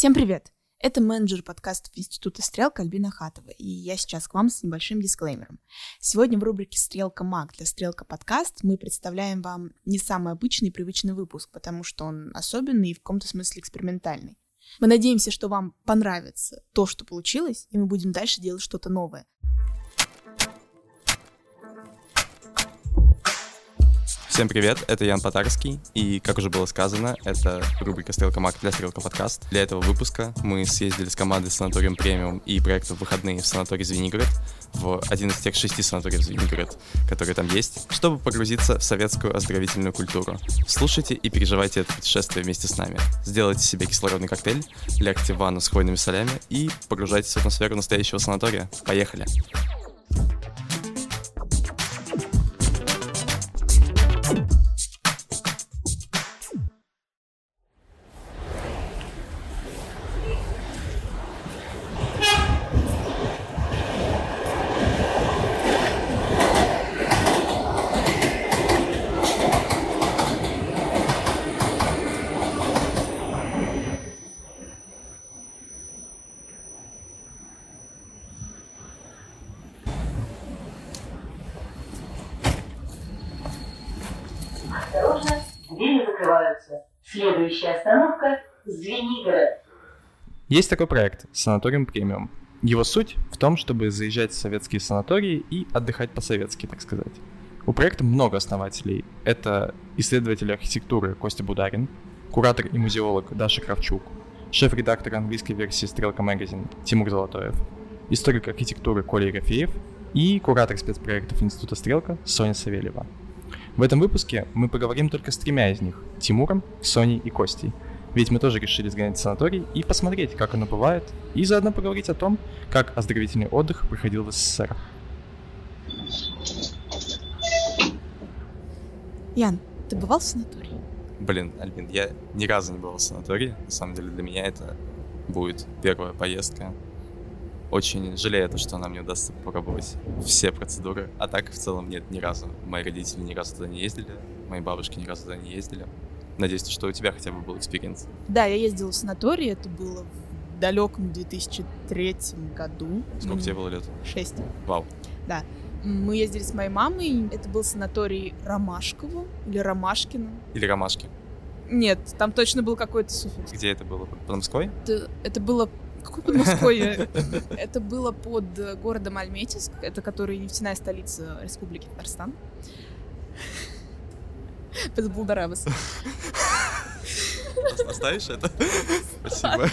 Всем привет! Это менеджер подкастов Института Стрелка Альбина Хатова, и я сейчас к вам с небольшим дисклеймером. Сегодня в рубрике «Стрелка Маг» для Стрелка подкаст мы представляем вам не самый обычный и привычный выпуск, потому что он особенный и в каком-то смысле экспериментальный. Мы надеемся, что вам понравится то, что получилось, и мы будем дальше делать что-то новое. Всем привет, это Ян Потарский, и, как уже было сказано, это рубрика «Стрелка Маг» для Стрелка подкаст. Для этого выпуска мы съездили с командой «Санаториум Премиум» и проектом «Выходные» в санаторий Звенигород, в один из тех 6 санаториев Звенигород, которые там есть, чтобы погрузиться в советскую оздоровительную культуру. Слушайте и переживайте это путешествие вместе с нами. Сделайте себе кислородный коктейль, лягте в ванну с хвойными солями и погружайтесь в атмосферу настоящего санатория. Поехали! Осторожно, двери закрываются. Следующая остановка – Звенигород. Есть такой проект «Санаториум Премиум». Его суть в том, чтобы заезжать в советские санатории и отдыхать по-советски, так сказать. У проекта много основателей. Это исследователь архитектуры Костя Бударин, куратор и музеолог Даша Кравчук, шеф-редактор английской версии «Стрелка Магазин» Тимур Золотоев, историк архитектуры Коля Ерофеев и куратор спецпроектов Института Стрелка Соня Савельева. В этом выпуске мы поговорим только с 3 из них – Тимуром, Соней и Костей. Ведь мы тоже решили сгонять в санаторий и посмотреть, как оно бывает, и заодно поговорить о том, как оздоровительный отдых проходил в СССР. Ян, ты бывал в санатории? Блин, Альбин, я ни разу не был в санатории. На самом деле для меня это будет первая поездка. Очень жалею то, что нам не удастся попробовать все процедуры. А так, в целом, нет, ни разу. Мои родители ни разу туда не ездили, мои бабушки ни разу туда не ездили. Надеюсь, что у тебя хотя бы был экспириенс. Да, я ездила в санаторий, это было в далеком 2003 году. Сколько тебе было лет? 6. Вау. Да. Мы ездили с моей мамой, это был санаторий Ромашково или Ромашкино. Или Ромашки. Нет, там точно был какой-то суффикс. Где это было? Под Москвой? Это было... Какой под Москвой? Это было под городом Альметьевск, это который нефтяная столица Республики Татарстан. Это был Дарабас. Оставишь это? Спасибо.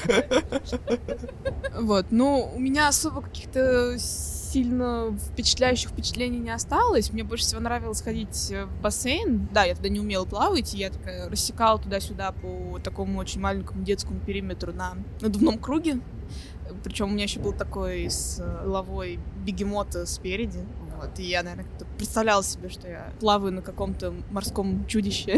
Вот, ну, у меня особо каких-то сильно впечатляющих впечатлений не осталось. Мне больше всего нравилось ходить в бассейн. Да, я тогда не умела плавать, и я такая рассекала туда-сюда по такому очень маленькому детскому периметру на надувном круге. Причем у меня еще был такой с головой бегемота спереди. Вот, и я, наверное, как-то представляла себе, что я плаваю на каком-то морском чудище.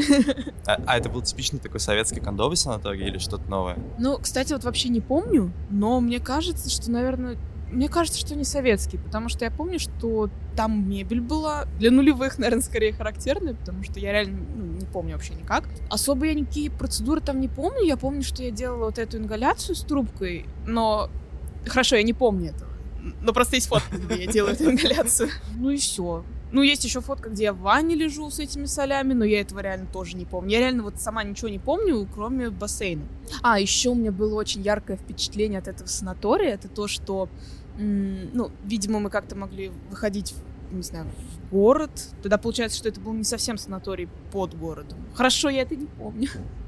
А это был типичный такой советский кондовый санаторий или что-то новое? Ну, кстати, вот вообще не помню, но мне кажется, что, наверное... Мне кажется, что не советский, потому что я помню, что там мебель была для нулевых, наверное, скорее характерная, потому что я реально не помню вообще никак. Особо я никакие процедуры там не помню. Я помню, что я делала вот эту ингаляцию с трубкой, но... Хорошо, я не помню этого. Но просто есть фотка, где я делаю эту ингаляцию. Ну и все. Ну, есть еще фотка, где я в ванне лежу с этими солями, но я этого реально тоже не помню. Я реально вот сама ничего не помню, кроме бассейна. А, еще у меня было очень яркое впечатление от этого санатория. Это то, что, ну, видимо, мы как-то могли выходить, не знаю, в город. Тогда получается, что это был не совсем санаторий под городом. Хорошо, я это не помню.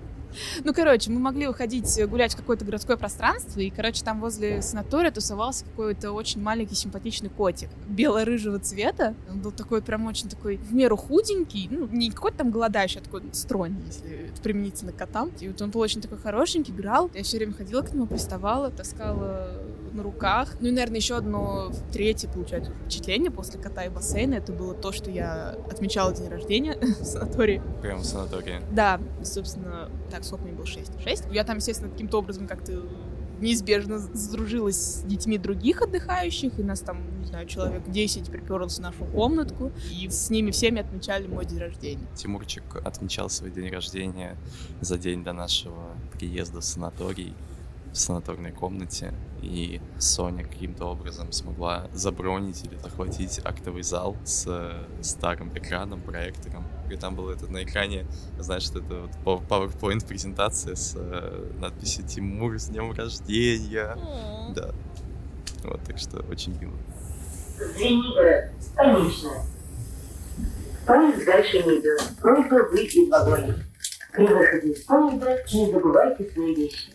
Ну, короче, мы могли выходить гулять в какое-то городское пространство, и, короче, там возле санатория тусовался какой-то очень маленький симпатичный котик бело-рыжего цвета. Он был такой прям очень такой в меру худенький, ну, не какой-то там голодающий, а такой стронь, если это применительно к котам. И вот он был очень такой хорошенький, играл. Я все время ходила к нему, приставала, таскала на руках. Ну и, наверное, еще одно третье, получается, впечатление после кота и бассейна. Это было то, что я отмечала день рождения в санатории. Прямо в санатории? Да, собственно, так, сколько мне было? 6. Я там, естественно, каким-то образом как-то неизбежно сдружилась с детьми других отдыхающих, и нас там, не знаю, человек 10 приперлось в нашу комнатку, и с ними всеми отмечали мой день рождения. Тимурчик отмечал свой день рождения за день до нашего приезда в санаторий. в санаторной комнате, и Соня каким-то образом смогла забронить или захватить актовый зал с старым экраном, проектором. И там было это на экране, знаешь, это вот PowerPoint-презентация с надписью «Тимур, с днем рождения!» Да. Вот, так что очень мило. Звенигород. Конечно. Поезд дальше не идет. Просьба выйти из вагона. При выходе из поезда не забывайте свои вещи.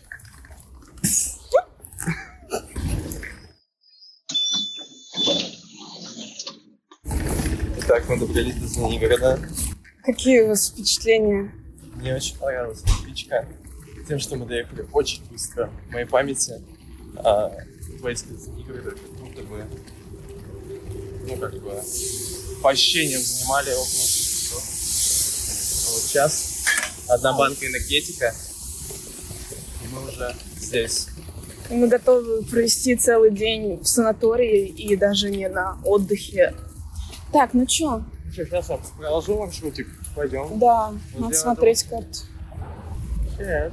Итак, мы добрались до Звенигорода. Какие у вас впечатления? Мне очень понравилась электричка тем, что мы доехали очень быстро. В моей памяти поезд до Звенигорода как будто бы, по ощущениям занимали около 2 часов. А вот сейчас одна банка энергетика, и мы уже здесь. Мы готовы провести целый день в санатории и даже не на отдыхе. Так, ну чё? Сейчас я проложу маршрутик, пойдем. Да, вот надо смотреть карту. Привет.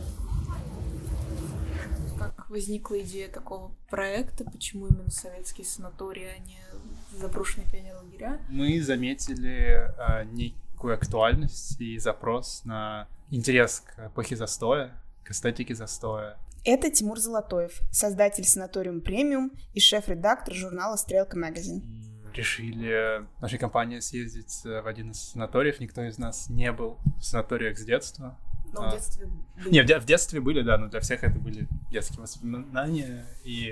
Как возникла идея такого проекта? Почему именно советские санатории, а не заброшенные пионерлагеря? Мы заметили некую актуальность и запрос на интерес к эпохе застоя, к эстетике застоя. Это Тимур Золотоев, создатель «Санаториум Премиум» и шеф-редактор журнала «Стрелка Магазин». Решили нашей компанией съездить в один из санаториев. Никто из нас не был в санаториях с детства. Но в детстве были. Не, в детстве были, да, но для всех это были детские воспоминания. И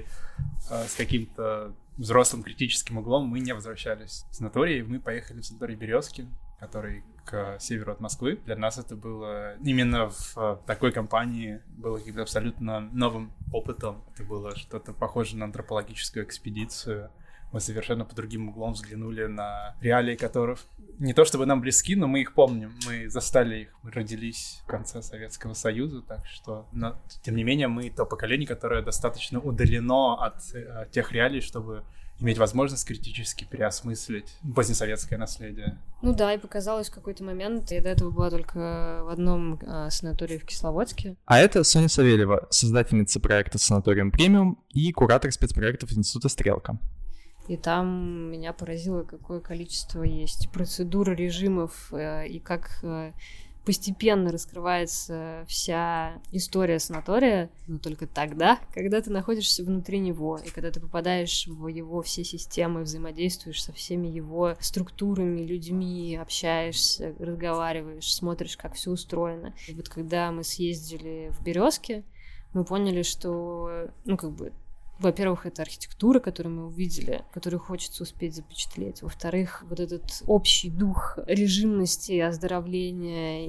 с каким-то взрослым критическим углом мы не возвращались в санаторий. Мы поехали в санаторий Березки, который к северу от Москвы. Для нас это было именно в такой компании было каким-то абсолютно новым опытом. Это было что-то похожее на антропологическую экспедицию. Мы совершенно под другим углом взглянули на реалии, которых не то чтобы нам близки, но мы их помним. Мы застали их, мы родились в конце Советского Союза, так что, но, тем не менее, мы то поколение, которое достаточно удалено от тех реалий, чтобы иметь возможность критически переосмыслить позднесоветское наследие. Ну да, и показалось в какой-то момент, я до этого была только в одном санатории в Кисловодске. А это Соня Савельева, создательница проекта «Санаториум Премиум» и куратор спецпроектов Института «Стрелка». И там меня поразило, какое количество есть процедур, режимов, и как постепенно раскрывается вся история санатория, но только тогда, когда ты находишься внутри него, и когда ты попадаешь в его все системы, взаимодействуешь со всеми его структурами, людьми, общаешься, разговариваешь, смотришь, как все устроено. И вот когда мы съездили в Березки, мы поняли, что, во-первых, это архитектура, которую мы увидели, которую хочется успеть запечатлеть. Во-вторых, вот этот общий дух режимности, оздоровления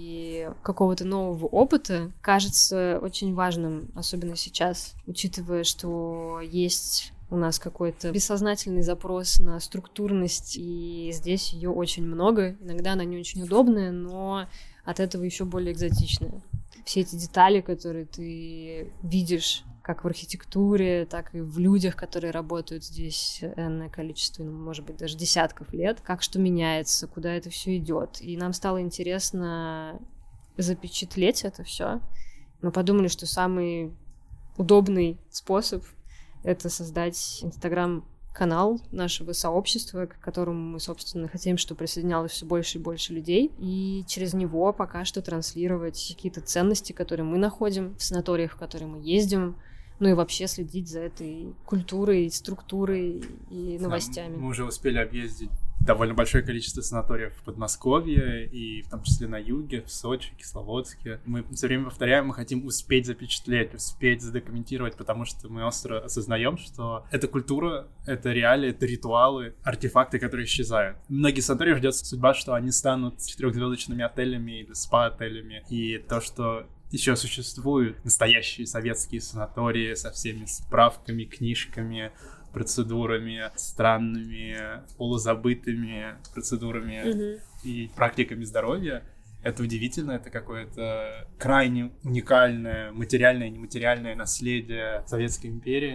и какого-то нового опыта кажется очень важным, особенно сейчас, учитывая, что есть у нас какой-то бессознательный запрос на структурность, и здесь ее очень много. Иногда она не очень удобная, но от этого еще более экзотичная. Все эти детали, которые ты видишь как в архитектуре, так и в людях, которые работают здесь энное количество, может быть, даже десятков лет, как что меняется, куда это все идет. И нам стало интересно запечатлеть это все. Мы подумали, что самый удобный способ — это создать Инстаграм-канал нашего сообщества, к которому мы, собственно, хотим, чтобы присоединялось все больше и больше людей, и через него пока что транслировать какие-то ценности, которые мы находим в санаториях, в которые мы ездим, ну и вообще следить за этой культурой, структурой и новостями. Мы уже успели объездить довольно большое количество санаториев в Подмосковье, и в том числе на юге, в Сочи, Кисловодске. Мы все время повторяем, мы хотим успеть запечатлеть, успеть задокументировать, потому что мы остро осознаем, что эта культура, это реалии, это ритуалы, артефакты, которые исчезают. Многие санатории ждет судьба, что они станут 4-звездочными отелями или спа-отелями, и то, что еще существуют настоящие советские санатории со всеми справками, книжками, процедурами, странными, полузабытыми процедурами и практиками здоровья. Это удивительно, это какое-то крайне уникальное материальное и нематериальное наследие Советской империи.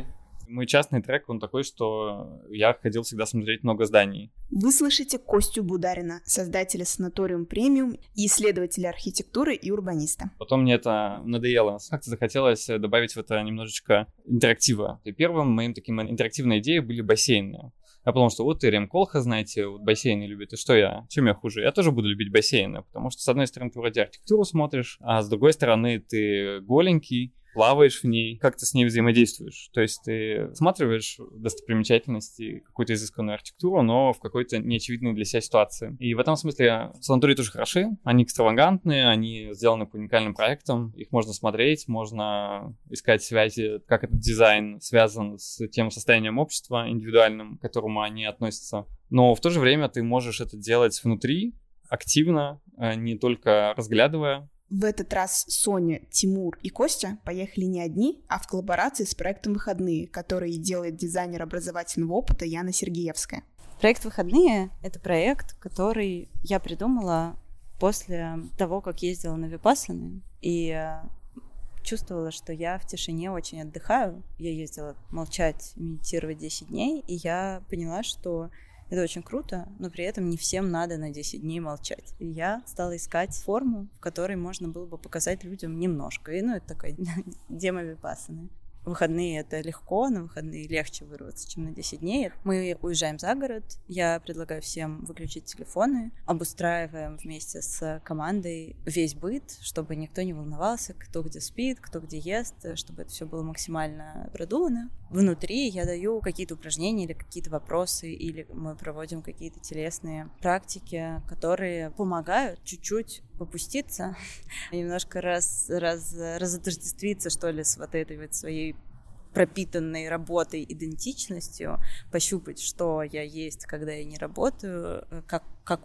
Мой частный трек, он такой, что я ходил всегда смотреть много зданий. Вы слышите Костю Бударина, создателя «Санаториум Премиум» и исследователя архитектуры и урбаниста. Потом мне это надоело. Как-то захотелось добавить в это немножечко интерактива. И первым моим таким интерактивной идеей были бассейны. А потому что вот и Ремколхоз, знаете, вот бассейны любит. И что я? Чем я хуже? Я тоже буду любить бассейны. Потому что, с одной стороны, ты вроде архитектуру смотришь, а с другой стороны, ты голенький, плаваешь в ней, как ты с ней взаимодействуешь. То есть ты осматриваешь достопримечательности, какую-то изысканную архитектуру, но в какой-то неочевидной для себя ситуации. И в этом смысле санатории тоже хороши, они экстравагантные, они сделаны по уникальным проектам, их можно смотреть, можно искать связи, как этот дизайн связан с тем состоянием общества индивидуальным, к которому они относятся. Но в то же время ты можешь это делать внутри, активно, не только разглядывая. В этот раз Соня, Тимур и Костя поехали не одни, а в коллаборации с проектом «Выходные», который делает дизайнер образовательного опыта Яна Сергеевская. Проект «Выходные» — это проект, который я придумала после того, как ездила на Випассаны, и чувствовала, что я в тишине очень отдыхаю. Я ездила молчать, медитировать 10 дней, и я поняла, что это очень круто, но при этом не всем надо на 10 дней молчать. И я стала искать форму, в которой можно было бы показать людям немножко. И, это такая демо випассаны. Выходные — это легко, на выходные легче вырваться, чем на 10 дней. Мы уезжаем за город, я предлагаю всем выключить телефоны, обустраиваем вместе с командой весь быт, чтобы никто не волновался, кто где спит, кто где ест, чтобы это все было максимально продумано. Внутри я даю какие-то упражнения или какие-то вопросы, или мы проводим какие-то телесные практики, которые помогают чуть-чуть попуститься, немножко разотождествиться, что ли, с вот этой вот своей пропитанной работой идентичностью, пощупать, что я есть, когда я не работаю, как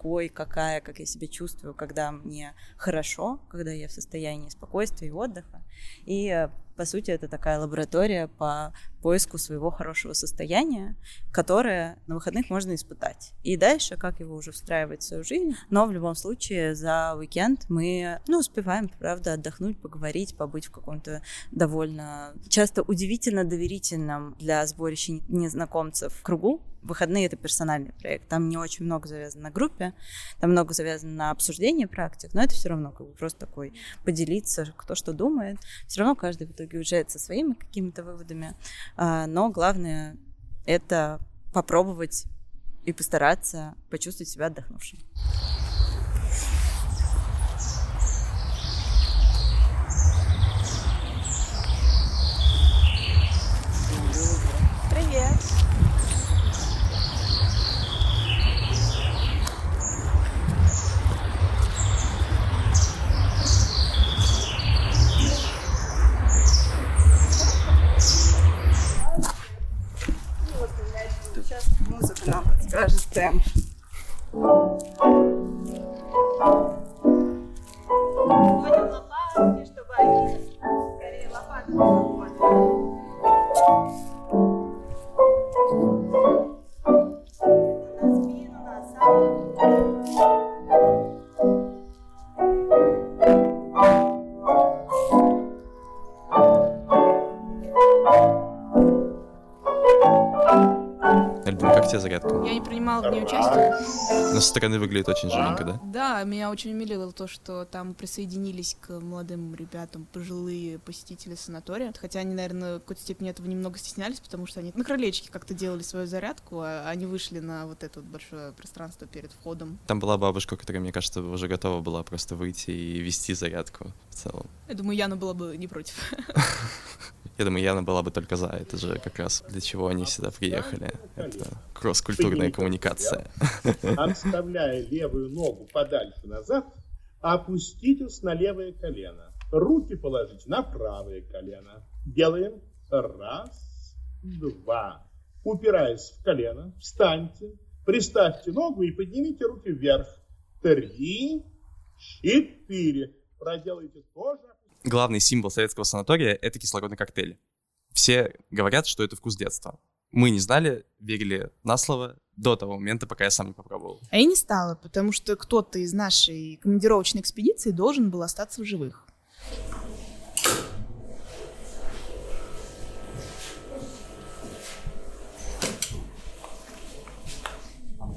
я себя чувствую, когда мне хорошо, когда я в состоянии спокойствия и отдыха. И, по сути, это такая лаборатория по поиску своего хорошего состояния, которое на выходных можно испытать. И дальше, как его уже встраивать в свою жизнь. Но в любом случае за уикенд мы успеваем, правда, отдохнуть, поговорить, побыть в каком-то довольно часто удивительно доверительном для сборища незнакомцев кругу. Выходные — это персональный проект. Там не очень много завязано на группе, там много завязано на обсуждении практик, но это все равно просто такой поделиться, кто что думает. Все равно каждый в итоге уезжает со своими какими-то выводами, но главное — это попробовать и постараться почувствовать себя отдохнувшим. Привет! Сейчас музыка нам подскажет темп. Вводим лопатки, чтобы они скорее лопатки заходят. На спину, на сам. Альбин, как тебе зарядка? Я не принимала в ней участие. Но со стороны выглядит очень живенько, да? Да, меня очень умилило то, что там присоединились к молодым ребятам пожилые посетители санатория. Хотя они, наверное, в какой-то степени этого немного стеснялись, потому что они на крылечке как-то делали свою зарядку, а они вышли на вот это вот большое пространство перед входом. Там была бабушка, которая, мне кажется, уже готова была просто выйти и вести зарядку в целом. Я думаю, Яна была бы не против. Я думаю, Яна была бы только за. Это же как раз для чего они сюда приехали. Это кросс-культурная коммуникация. Отставляя левую ногу подальше назад, опуститесь на левое колено. Руки положите на правое колено. Делаем. Раз, два. Упираясь в колено, встаньте, приставьте ногу и поднимите руки вверх. 3, 4. Проделайте тоже. Главный символ советского санатория — это кислородный коктейль. Все говорят, что это вкус детства. Мы не знали, верили на слово до того момента, пока я сам не попробовал. А я не стала, потому что кто-то из нашей командировочной экспедиции должен был остаться в живых.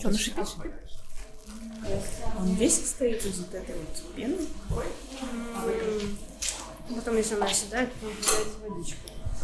Что, ну шипит? Он весь состоит из вот этой вот пены? Потом, если она оседает, то появляется водичка.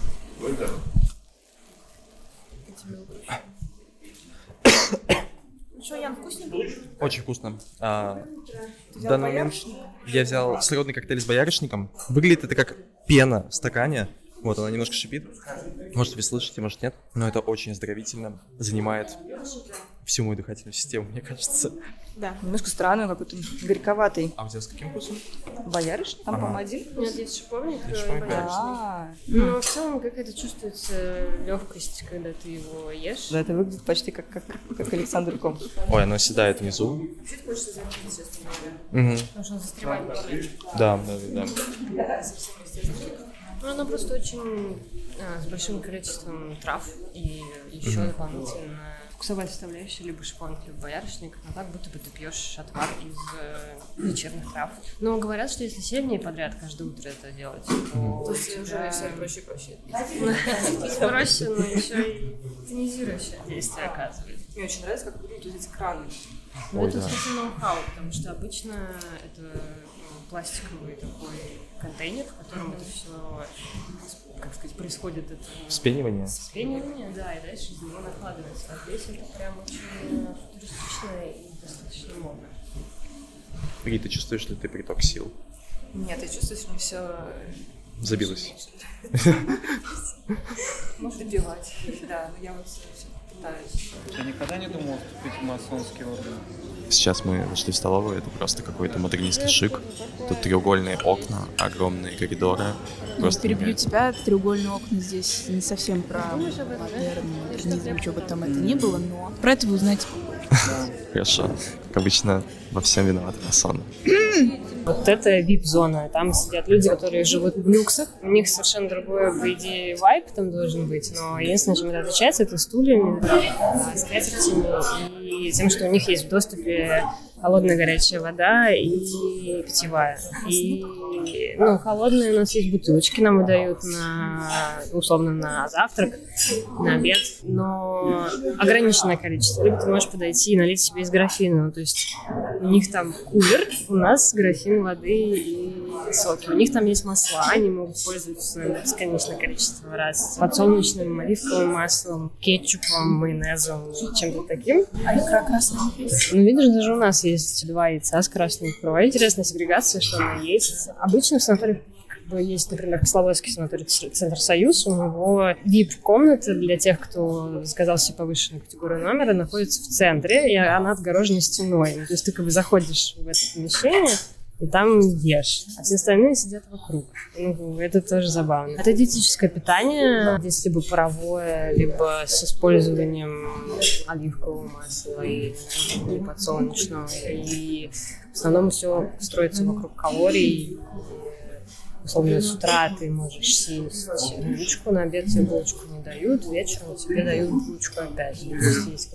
Что, Ян, вкусненький? Очень вкусно. В данный момент я взял сыродный коктейль с боярышником. Выглядит это как пена в стакане. Вот, она немножко шипит. Может, вы слышите, может, нет. Но это очень оздоровительно. Занимает всю мою дыхательную систему, мне кажется. Да, немножко странный, какой-то горьковатый. А у тебя с каким вкусом? Боярышник, там, по-моему, один. Нет, есть шиповник и шиповник, боярышник. Но в целом какая-то чувствуется легкость, когда ты его ешь. Да, это выглядит почти как Александр Ком. Ой, оно оседает внизу. Чуть хочется запить, честно говоря. Угу. Потому что он застревает в горле. Да. Ну, оно просто очень с большим количеством трав и еще дополнительно вкусовая составляющая, либо шиповник, либо боярышник, но так будто бы ты пьешь отвар из вечерних трав. Но говорят, что если 7 дней подряд каждое утро это делать, то есть уже все проще и проще. Пить проще, но еще и тонизирующее действие оказывает. Мне очень нравится, как выглядят эти краны. Но это, кстати, ноу-хау, потому что обычно это пластиковый такой контейнер, в котором это все, как сказать, происходит. Это Вспенивание? Вспенивание, да, и дальше из него накладывается. А здесь это прям очень футуристично и достаточно модно. И ты чувствуешь ли ты приток сил? Нет, я чувствую, что все... Забилось. Может добивать, да, но я вот пытаюсь. Я никогда не думал вступить в масонский орден. Сейчас мы зашли в столовую, это просто какой-то модернистский шик. Тут треугольные окна, огромные коридоры. Просто перебью тебя, треугольные окна здесь не совсем про модернизм, что бы там это ни было, но про это вы узнаете попозже. Хорошо. Как обычно, во всем виноваты масоны. Вот это VIP-зона. Там сидят люди, которые живут в люксах. У них совершенно другой, по идее, вайб там должен быть. Но единственное, чем это отличается, это стульями, скатертями и тем, что у них есть в доступе холодная горячая вода и питьевая. И, холодные у нас есть бутылочки, нам выдают условно на завтрак, на обед, но ограниченное количество. Либо ты можешь подойти и налить себе из графина. То есть у них там кулер, у нас графин воды и соки. У них там есть масла, они могут пользоваться бесконечное количество раз. Подсолнечным, оливковым маслом, кетчупом, майонезом, чем-то таким. А икра красная есть? Видишь, даже у нас есть 2 яйца с красной икрой. Интересная сегрегация, что она есть. Обычно в санатории есть, например, Кисловодский санаторий Центр Союз, у него VIP-комната для тех, кто заказал себе повышенную категорию номера, находится в центре, и она отгорожена стеной. То есть ты как бы заходишь в это помещение, и там ешь, а все остальные сидят вокруг. Это тоже забавно. Это диетическое питание, здесь либо паровое, либо с использованием оливкового масла и подсолнечного. И в основном все строится вокруг калорий. Условно, с утра ты можешь съесть булочку, на обед тебе булочку не дают, вечером тебе дают булочку опять. То есть есть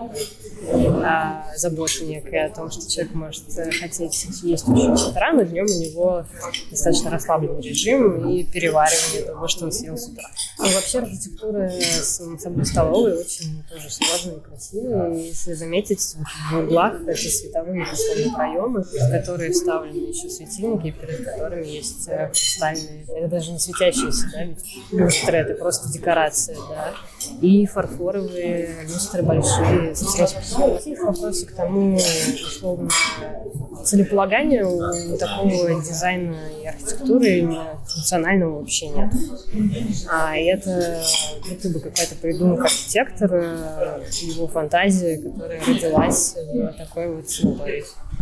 какая-то забота некая о том, что человек может хотеть есть очень с утра, но днем у него достаточно расслабленный режим и переваривание того, что он съел с утра. И вообще архитектура самой столовой очень тоже сложная и красивая. И если заметить, в углах эти световые проемы, в которые вставлены еще светильники, перед которыми есть хрустальные, это даже не светящиеся, да, ведь люстры, это просто декорация, да, и фарфоровые люстры большие с росписью. Есть вопросы к тому, условно, целеполаганию у такого дизайна и архитектуры именно функционального вообще нет. И это будто бы какая-то придумка архитектора, его фантазия, которая родилась в такой вот сценарии.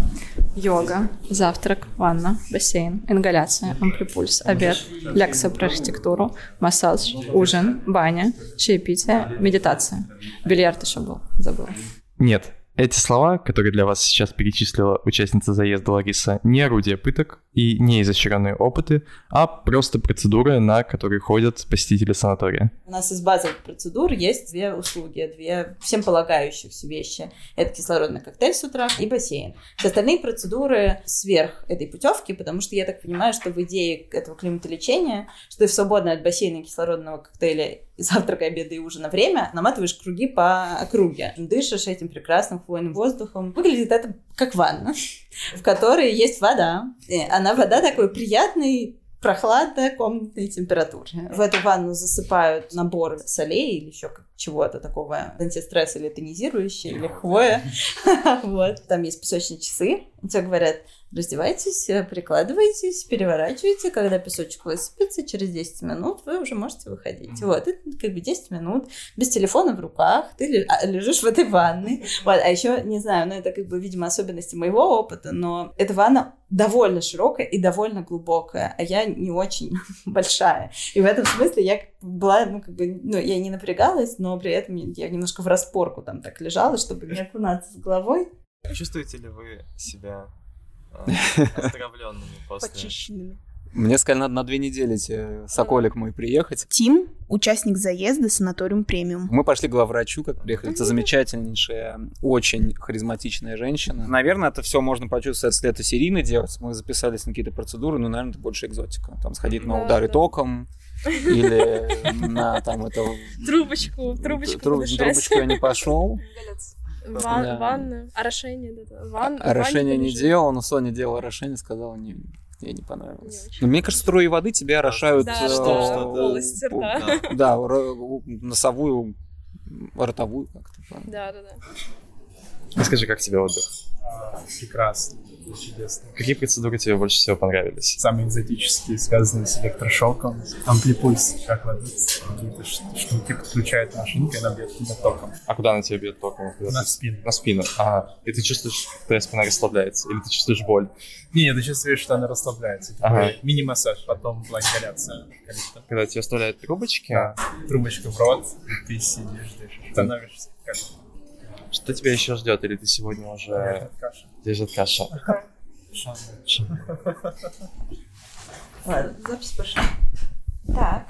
Йога, завтрак, ванна, бассейн, ингаляция, амплипульс, обед, лекция про архитектуру, массаж, ужин, баня, чаепитие, медитация. Бильярд еще был, забыла. Нет, эти слова, которые для вас сейчас перечислила участница заезда Лариса, не орудие пыток и не изощренные опыты, а просто процедуры, на которые ходят посетители санатория. У нас из базовых процедур есть 2 услуги, 2 всем полагающихся вещи. Это кислородный коктейль с утра и бассейн. Все остальные процедуры сверх этой путевки, потому что я так понимаю, что в идее этого климатолечения, что ты свободна от бассейна и кислородного коктейля завтрака, обеда и ужина время, наматываешь круги по округе, дышишь этим прекрасным хвойным воздухом. Выглядит это как ванна, в которой есть вода. Вода такой приятной, прохладная комнатной температуры. В эту ванну засыпают набор солей или еще чего-то такого, антистресс или тонизирующий, или хвоя. Вот. Там есть песочные часы. Тебе говорят: раздевайтесь, прикладывайтесь, переворачивайте. Когда песочек высыпется, через 10 минут вы уже можете выходить. Вот. Это как бы 10 минут без телефона в руках. Ты лежишь в этой ванной. Вот. А еще, не знаю, это как бы, видимо, особенности моего опыта, но эта ванна довольно широкая и довольно глубокая, а я не очень большая. И в этом смысле я была, я не напрягалась, но при этом я немножко в распорку там так лежала, чтобы не окунаться с головой. Чувствуете ли вы себя оздоровленными после? Почищенными. Мне сказали, надо на 2 недели соколик мой приехать. Тим — участник заезда «Санаториум Премиум». Мы пошли к главврачу, как приехали. Это замечательнейшая, очень харизматичная женщина. Наверное, это все можно почувствовать, если это серийно делать. Мы записались на какие-то процедуры, но, наверное, это больше экзотика. Там сходить на удары током или на там это... Трубочку я не пошел. Ванна, орошение. Орошение не делал, но Соня делала орошение, сказала, мне не понравилось. Но мне кажется, струи воды тебя орошают... полость рта. Да, носовую, ротовую как-то. Да. Расскажи, как тебе отдых? Прекрасно. Чудесно. Какие процедуры тебе больше всего понравились? Самые экзотические, связанные с электрошоком. Амплипульс, как ладится. Какие-то штуки подключают машинкой, она бьет тебя током. А куда она тебя бьет током? На спину. На спину. И ты чувствуешь, что твоя спина расслабляется? Или ты чувствуешь боль? Не, ты чувствуешь, что она расслабляется. Такой мини-массаж, потом ингаляция. Когда тебе вставляют трубочки? Да, трубочка в рот, и ты сидишь, дышишь. Становишься как... Что тебя еще ждет? Или ты сегодня уже... Держит каша. Ладно, запись пошла. Так.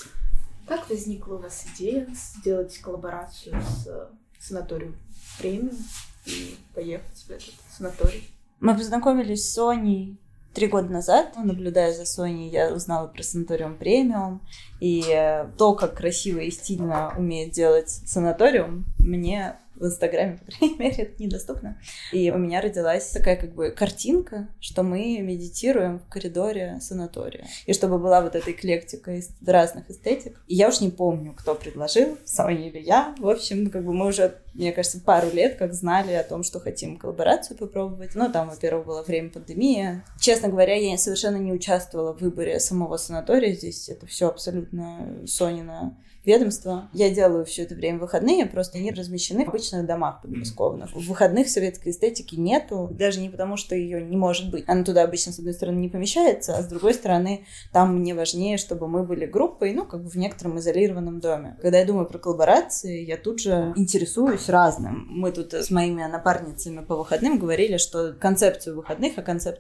Как возникла у вас идея сделать коллаборацию с «Санаториум Премиум» и поехать в этот санаторий? Мы познакомились с Соней 3 года назад. Наблюдая за Соней, я узнала про «Санаториум Премиум». И то, как красиво и стильно умеет делать «Санаториум», мне в Инстаграме, по крайней мере, это недоступно. И у меня родилась такая как бы картинка, что мы медитируем в коридоре санатория. И чтобы была вот эта эклектика из разных эстетик. И я уж не помню, кто предложил, Соня или я. В общем, как бы мы уже, мне кажется, пару лет как знали о том, что хотим коллаборацию попробовать. Ну, там, во-первых, было время пандемии. Честно говоря, я совершенно не участвовала в выборе самого санатория. Здесь это все абсолютно Сонина ведомство. Я делаю все это время выходные, просто они размещены в обычных домах подмосковных. В выходных советской эстетики нету, даже не потому, что ее не может быть. Она туда обычно, с одной стороны, не помещается, а с другой стороны, там мне важнее, чтобы мы были группой, как бы в некотором изолированном доме. Когда я думаю про коллаборации, я тут же интересуюсь разным. Мы тут с моими напарницами по выходным говорили, что концепция выходных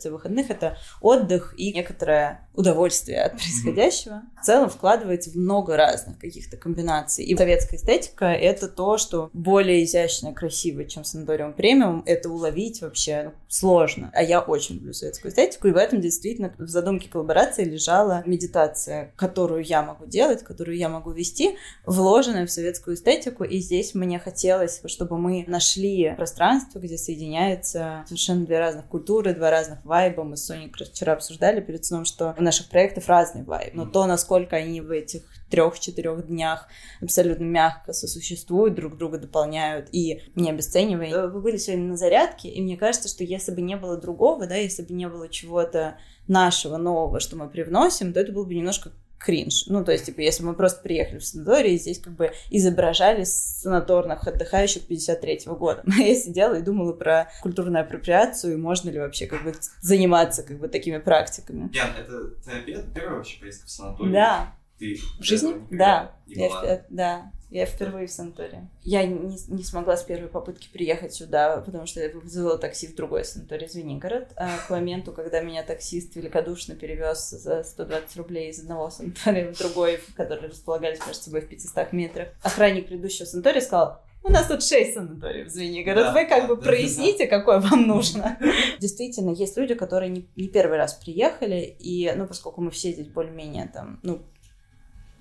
— это отдых и некоторое удовольствие от происходящего. В целом вкладывается в много разных каких-то комбинаций. И советская эстетика — это то, что более изящно и красиво, чем «Санаториум Премиум». Это уловить вообще сложно. А я очень люблю советскую эстетику, и в этом действительно в задумке коллаборации лежала медитация, которую я могу делать, которую я могу вести, вложенная в советскую эстетику. И здесь мне хотелось, чтобы мы нашли пространство, где соединяются совершенно 2 разных культуры, 2 разных вайба. Мы с Соней вчера обсуждали перед сном, что у наших проектов разный вайб. Но то, насколько они в этих 3-4 днях абсолютно мягко сосуществуют, друг друга дополняют и не обесценивая. Вы были сегодня на зарядке, и мне кажется, что если бы не было другого, если бы не было чего-то нашего, нового, что мы привносим, то это было бы немножко кринж. То есть, если бы мы просто приехали в санаторий и здесь как бы изображали санаторных отдыхающих 53-го года. Я сидела и думала про культурную апроприацию, и можно ли вообще как бы заниматься как бы такими практиками. Ян, это твоя первая вообще поездка в санаторий? Да. Ты в жизни? Да. Я впервые в санатории. Я не смогла с первой попытки приехать сюда, потому что я вызвала такси в другой санаторий, Звенигород. А к моменту, когда меня таксист великодушно перевез за 120 рублей из одного санатория в другой, которые располагались между собой в 500 метрах, охранник предыдущего санатория сказал: у нас тут 6 санаториев в Звенигород, вы как бы проясните, какое вам нужно. Действительно, есть люди, которые не первый раз приехали, и, поскольку мы все здесь более-менее там,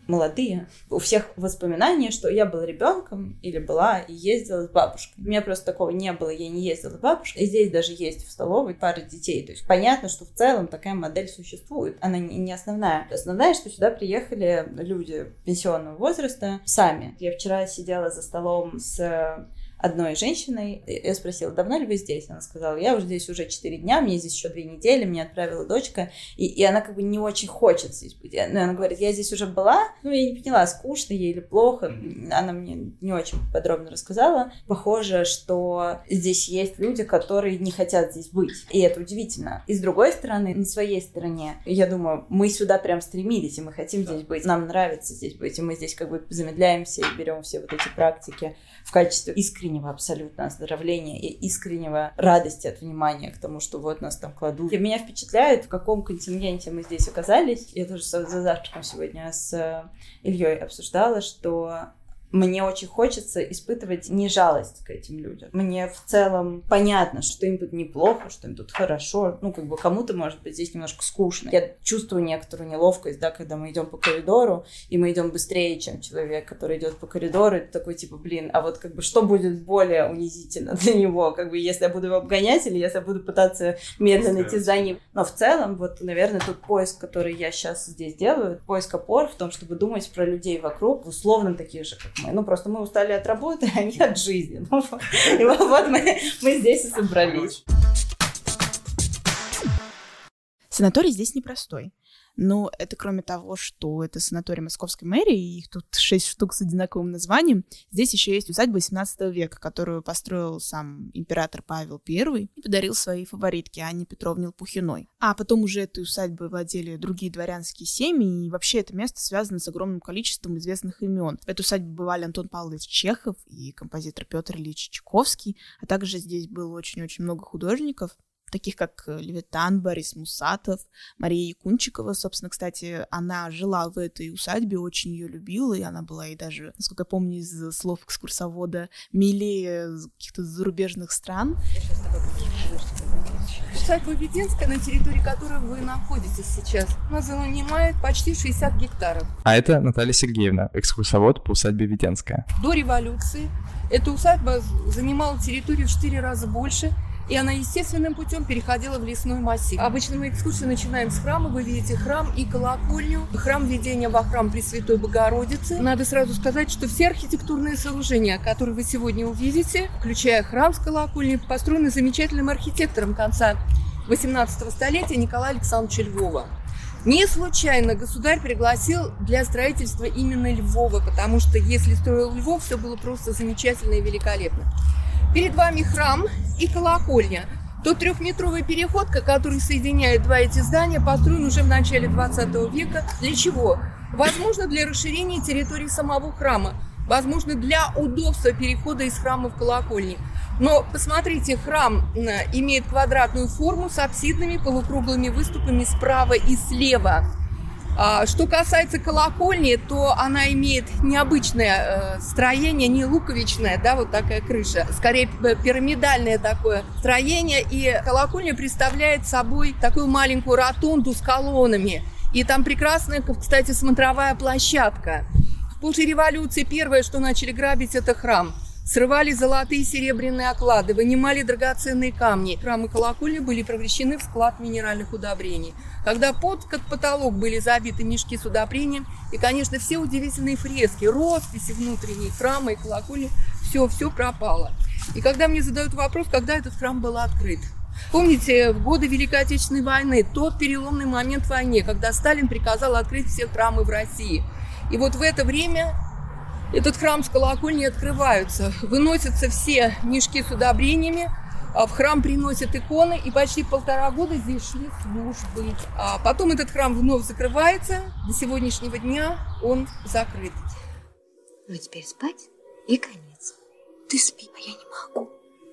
молодые, у всех воспоминания, что я была ребенком или была и ездила с бабушкой. У меня просто такого не было, я не ездила с бабушкой. И здесь даже есть в столовой пара детей. То есть понятно, что в целом такая модель существует. Она не основная. Основная, что сюда приехали люди пенсионного возраста сами. Я вчера сидела за столом с одной женщиной. Я спросила, давно ли вы здесь? Она сказала, я уже здесь уже 4 дня, мне здесь еще 2 недели, меня отправила дочка, и она как бы не очень хочет здесь быть. Она говорит, я здесь уже была, я не поняла, скучно ей или плохо. Она мне не очень подробно рассказала. Похоже, что здесь есть люди, которые не хотят здесь быть, и это удивительно. И с другой стороны, на своей стороне, я думаю, мы сюда прям стремились, и мы хотим здесь быть, нам нравится здесь быть, и мы здесь как бы замедляемся и берем все вот эти практики в качестве искреннего абсолютно оздоровления и искреннего радости от внимания к тому, что вот нас там кладут. И меня впечатляет, в каком контингенте мы здесь оказались. Я тоже за завтраком сегодня с Ильей обсуждала, что мне очень хочется испытывать не жалость к этим людям. Мне в целом понятно, что им тут неплохо, что им тут хорошо. Как бы кому-то, может быть, здесь немножко скучно. Я чувствую некоторую неловкость, да, когда мы идем по коридору, и мы идем быстрее, чем человек, который идет по коридору, и такой, типа, а вот как бы что будет более унизительно для него, как бы если я буду его обгонять или если я буду пытаться медленно идти за ним. Но в целом, вот, наверное, тот поиск, который я сейчас здесь делаю, поиск опор в том, чтобы думать про людей вокруг, условно такие же, как мы. Просто мы устали от работы, а не от жизни. И вот мы здесь и собрались. Санаторий здесь непростой. Но это кроме того, что это санаторий Московской мэрии, их тут 6 штук с одинаковым названием, здесь еще есть усадьба XVIII века, которую построил сам император Павел I и подарил своей фаворитке Анне Петровне Лопухиной. А потом уже этой усадьбой владели другие дворянские семьи, и вообще это место связано с огромным количеством известных имен. В эту усадьбу бывали Антон Павлович Чехов и композитор Петр Ильич Чайковский, а также здесь было очень-очень много художников, таких как Левитан, Борис Мусатов, Мария Якунчикова. Собственно, кстати, она жила в этой усадьбе, очень ее любила, и она была и даже, насколько я помню из слов экскурсовода, милее каких-то зарубежных стран. Усадьба Введенская, на территории которой вы находитесь сейчас, она занимает почти 60 гектаров. А это Наталья Сергеевна, экскурсовод по усадьбе Введенская. До революции эта усадьба занимала территорию в 4 раза больше, и она естественным путем переходила в лесной массив. Обычно мы экскурсию начинаем с храма. Вы видите храм и колокольню. Храм введения во храм Пресвятой Богородицы. Надо сразу сказать, что все архитектурные сооружения, которые вы сегодня увидите, включая храм с колокольней, построены замечательным архитектором конца 18 столетия Николая Александровича Львова. Не случайно государь пригласил для строительства именно Львова, потому что если строил Львов, все было просто замечательно и великолепно. Перед вами храм и колокольня. Тот 3-метровый переход, который соединяет два эти здания, построен уже в начале 20 века. Для чего? Возможно, для расширения территории самого храма. Возможно, для удобства перехода из храма в колокольни. Но посмотрите, храм имеет квадратную форму с апсидными полукруглыми выступами справа и слева. Что касается колокольни, то она имеет необычное строение, не луковичное, да, вот такая крыша, скорее пирамидальное такое строение, и колокольня представляет собой такую маленькую ротонду с колоннами. И там прекрасная, кстати, смотровая площадка. После революции первое, что начали грабить, это храм. Срывали золотые и серебряные оклады, вынимали драгоценные камни. Храм и колокольня были превращены в склад минеральных удобрений. Когда под потолок были забиты мешки с удобрением, и, конечно, все удивительные фрески, росписи внутренние храма и колокольни, все пропало. И когда мне задают вопрос, когда этот храм был открыт. Помните, в годы Великой Отечественной войны, тот переломный момент в войне, когда Сталин приказал открыть все храмы в России. И вот в это время этот храм с колокольней открываются, выносятся все мешки с удобрениями, в храм приносят иконы, и почти 1,5 года здесь шли службы. А потом этот храм вновь закрывается, до сегодняшнего дня он закрыт. Ну теперь спать и конец. Ты спи, а я не могу.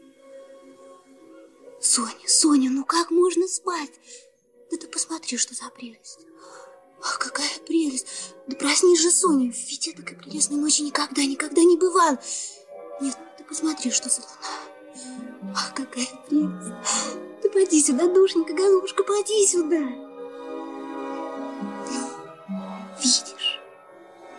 Соня, ну как можно спать? Да ты посмотри, что за прелесть. Ах, какая прелесть! Да проснись же, Соня, ведь я такой прелестной ночи никогда не бывал. Нет, ты посмотри, что за луна. Ах, какая прелесть! Ты поди сюда, душенька, голубушка, поди сюда. Видишь,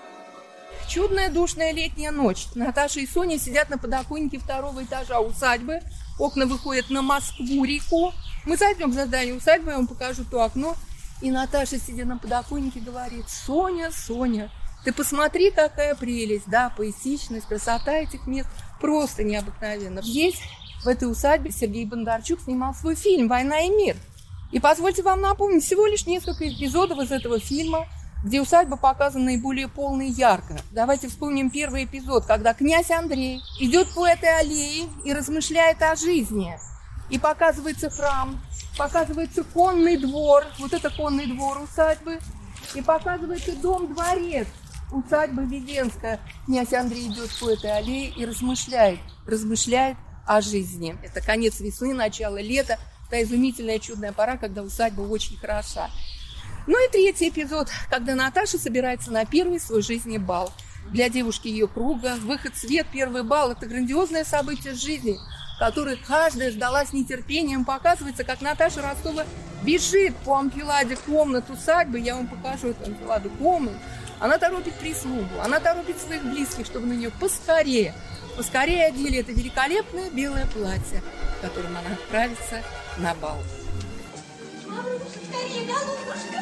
Чудная душная летняя ночь. Наташа и Соня сидят на подоконнике 2-го этажа усадьбы. Окна выходят на Москву-реку. Мы зайдем за здание усадьбы, я вам покажу то окно. И Наташа, сидя на подоконнике, говорит: Соня, Соня, ты посмотри, какая прелесть, да, поэтичность, красота этих мест просто необыкновенна. Здесь, в этой усадьбе, Сергей Бондарчук снимал свой фильм «Война и мир». И позвольте вам напомнить всего лишь несколько эпизодов из этого фильма, где усадьба показана наиболее полно и ярко. Давайте вспомним первый эпизод, когда князь Андрей идет по этой аллее и размышляет о жизни. И показывается храм, показывается конный двор, вот это конный двор усадьбы, и показывается дом-дворец, усадьба Веденская. Князь Андрей идет по этой аллее и размышляет о жизни. Это конец весны, начало лета, та изумительная чудная пора, когда усадьба очень хороша. Ну и третий эпизод, когда Наташа собирается на первый свой жизненный бал. Для девушки ее круга выход в свет, первый бал – это грандиозное событие жизни, которое каждая ждала с нетерпением. Показывается, как Наташа Ростова бежит по анфиладе комнат усадьбы. Я вам покажу эту анфиладу комнат. Она торопит прислугу, она торопит своих близких, чтобы на нее поскорее одели это великолепное белое платье, в котором она отправится на бал. Голубушка, скорее, голубушка!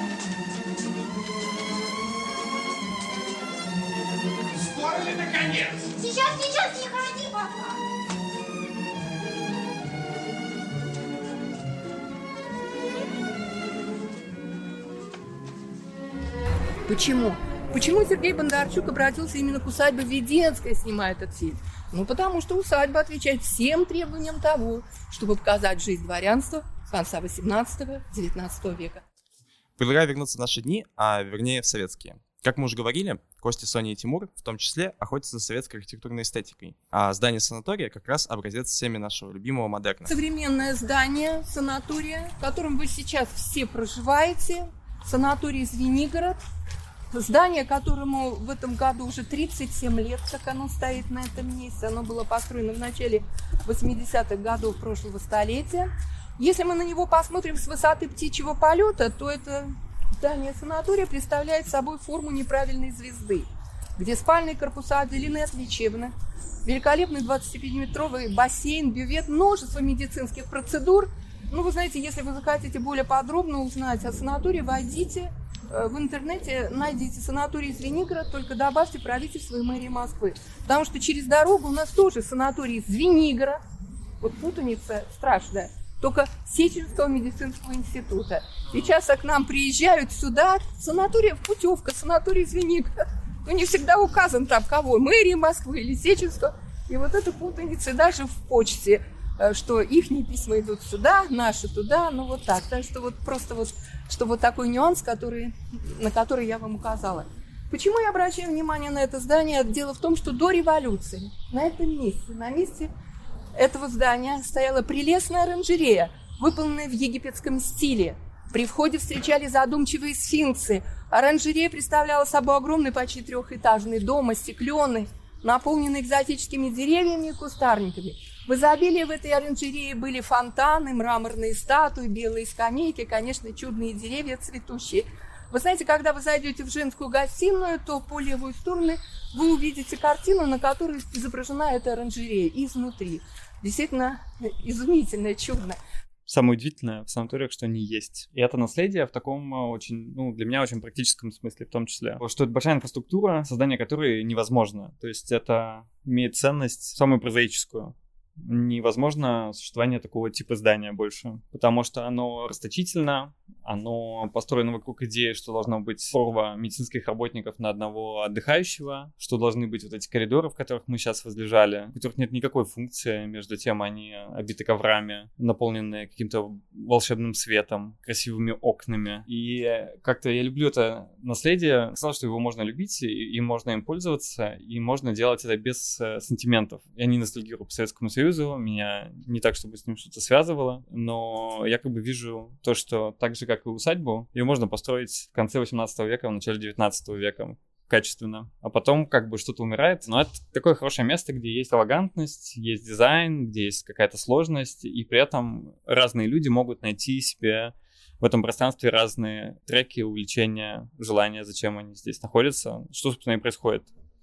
Скоро ли, наконец? Сейчас, не ходи, папа! Почему? Почему Сергей Бондарчук обратился именно к усадьбе Веденская, снимая этот фильм? Ну, потому что усадьба отвечает всем требованиям того, чтобы показать жизнь дворянства конца 18-19 века. Предлагаю вернуться в наши дни, а вернее в советские. Как мы уже говорили, Костя, Соня и Тимур в том числе охотятся за советской архитектурной эстетикой. А здание санатория как раз образец всеми нашего любимого модерна. Современное здание санатория, в котором вы сейчас все проживаете, санаторий Звенигород. Здание, которому в этом году уже 37 лет, как оно стоит на этом месте. Оно было построено в начале 80-х годов прошлого столетия. Если мы на него посмотрим с высоты птичьего полета, то это здание санатория представляет собой форму неправильной звезды, где спальные корпуса отделены от лечебных, великолепный 25-метровый бассейн, бювет, множество медицинских процедур. Ну, вы знаете, если вы захотите более подробно узнать о санатории, войдите в интернете, найдите санаторий Звенигород, только добавьте правительство и мэрии Москвы. Потому что через дорогу у нас тоже санаторий Звенигород. Вот путаница страшная. Только Сеченского медицинского института. Сейчас к нам приезжают сюда санаторий Путевка, санаторий Звенигород. Ну, не всегда указан там кого, мэрии Москвы или Сеченского. И вот эта путаница даже в почте, что ихние письма идут сюда, наши туда, ну вот так. Так что вот просто вот, что вот такой нюанс, на который я вам указала. Почему я обращаю внимание на это здание? Дело в том, что до революции на этом месте, на месте этого здания стояла прелестная оранжерея, выполненная в египетском стиле. При входе встречали задумчивые сфинксы. Оранжерея представляла собой огромный, почти трехэтажный дом, остекленный, наполненный экзотическими деревьями и кустарниками. В изобилии в этой оранжерее были фонтаны, мраморные статуи, белые скамейки, конечно, чудные деревья цветущие. Вы знаете, когда вы зайдете в женскую гостиную, то по левую сторону вы увидите картину, на которой изображена эта оранжерея изнутри. Действительно изумительно, чудно. Самое удивительное в санаториях, что они есть. И это наследие в таком очень, для меня очень практическом смысле в том числе. Что это большая инфраструктура, создание которой невозможно. То есть это имеет ценность самую прозаическую. Невозможно существование такого типа здания больше, потому что оно расточительно, оно построено вокруг идеи, что должно быть прорва медицинских работников на одного отдыхающего, что должны быть вот эти коридоры, в которых мы сейчас возлежали, в которых нет никакой функции, между тем они обиты коврами, наполненные каким-то волшебным светом, красивыми окнами. И как-то я люблю это наследие. Я сказал, что его можно любить, и можно им пользоваться, и можно делать это без сантиментов. Я не ностальгирую по Советскому Союзу, меня не так, чтобы с ним что-то связывало, но я как бы вижу то, что так же, как и усадьбу, ее можно построить в конце 18 века, в начале 19 века качественно, а потом как бы что-то умирает. Но это такое хорошее место, где есть элегантность, есть дизайн, где есть какая-то сложность, и при этом разные люди могут найти себе в этом пространстве разные треки, увлечения, желания, зачем они здесь находятся, что, собственно, и происходит